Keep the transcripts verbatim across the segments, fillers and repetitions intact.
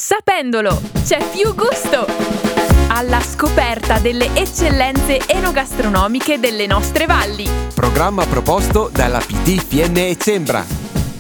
Sapendolo, c'è più gusto! Alla scoperta delle eccellenze enogastronomiche delle nostre valli. Programma proposto dalla P T Fiemme e Cembra.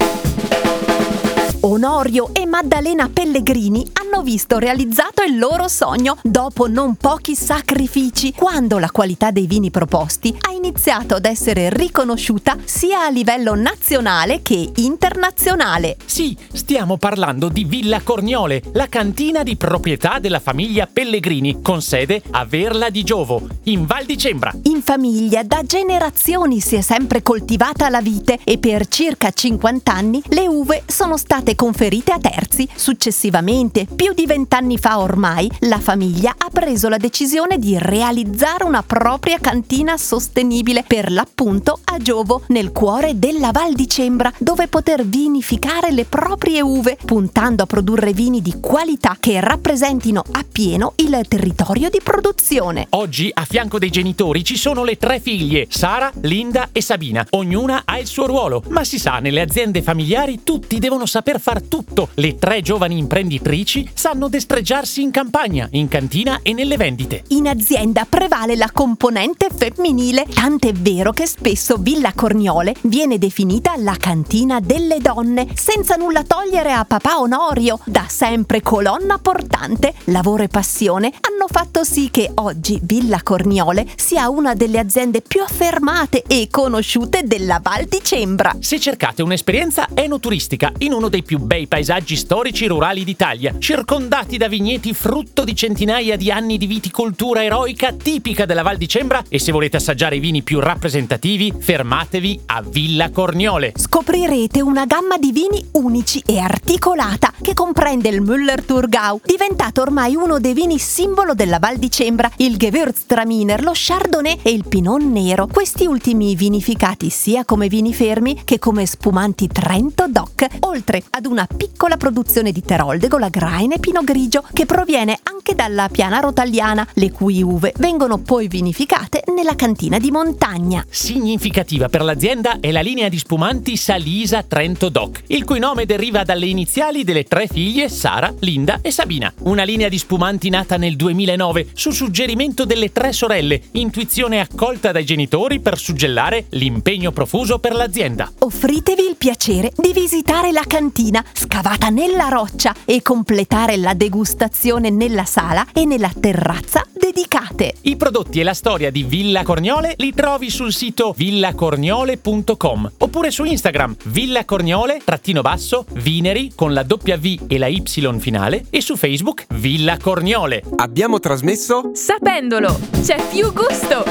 Onorio e Maddalena Pellegrini hanno visto realizzato il loro sogno dopo non pochi sacrifici, quando la qualità dei vini proposti ha iniziato ad essere riconosciuta sia a livello nazionale che internazionale. Sì, stiamo parlando di Villa Corniole, la cantina di proprietà della famiglia Pellegrini, con sede a Verla di Giovo, in Val di Cembra. In famiglia da generazioni si è sempre coltivata la vite e per circa cinquanta anni le uve sono state conferite a terzi. Successivamente, più di vent'anni fa ormai, la famiglia ha preso la decisione di realizzare una propria cantina sostenibile, per l'appunto a Giovo, nel cuore della Val di Cembra, dove poter vinificare le proprie uve, puntando a produrre vini di qualità che rappresentino appieno il territorio di produzione. Oggi, a fianco dei genitori, ci sono le tre figlie, Sara, Linda e Sabina. Ognuna ha il suo ruolo, ma si sa, nelle aziende familiari tutti devono saper far tutto. Le tre giovani imprenditrici sanno destreggiarsi in campagna, in cantina e nelle vendite. In azienda prevale la componente femminile, tant'è vero che spesso Villa Corniole viene definita la cantina delle donne, senza nulla togliere a papà Onorio, da sempre colonna portante. Lavoro e passione hanno fatto sì che oggi Villa Corniole sia una delle aziende più affermate e conosciute della Val di Cembra. Se cercate un'esperienza enoturistica in uno dei più bei paesaggi storici rurali d'Italia, circondati da vigneti frutto di centinaia di anni di viticoltura eroica tipica della Val di Cembra, e se volete assaggiare i vini più rappresentativi, fermatevi a Villa Corniole. Scoprirete una gamma di vini unici e articolata che comprende il Müller-Thurgau, diventato ormai uno dei vini simbolo della Val di Cembra, il Gewürztraminer, lo Chardonnay e il Pinot Nero, questi ultimi vinificati sia come vini fermi che come spumanti Trento DOC, oltre ad una piccola produzione di Teroldego, Lagrein e Pinot Grigio, che proviene anche dalla Piana Rotagliana, le cui uve vengono poi vinificate nella cantina di montagna. Significativa per l'azienda è la linea di spumanti Salisa Trento DOC, il cui nome deriva dalle iniziali delle tre figlie Sara, Linda e Sabina. Una linea di spumanti nata nel duemilanove su suggerimento delle tre sorelle, intuizione accolta dai genitori per suggellare l'impegno profuso per l'azienda. Offritevi il piacere di visitare la cantina scavata nella roccia e completare la degustazione nella sala e nella terrazza dedicate. I prodotti e la storia di Villa Corniole li trovi sul sito villa corniole punto com oppure su Instagram Villa Corniole trattino basso Vineri con la W e la Y finale, e su Facebook Villa Corniole. Abbiamo trasmesso Sapendolo, c'è più gusto!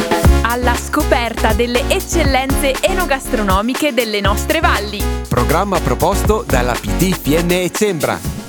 Alla scoperta delle eccellenze enogastronomiche delle nostre valli. programma proposto dalla P T Fiemme e Cembra.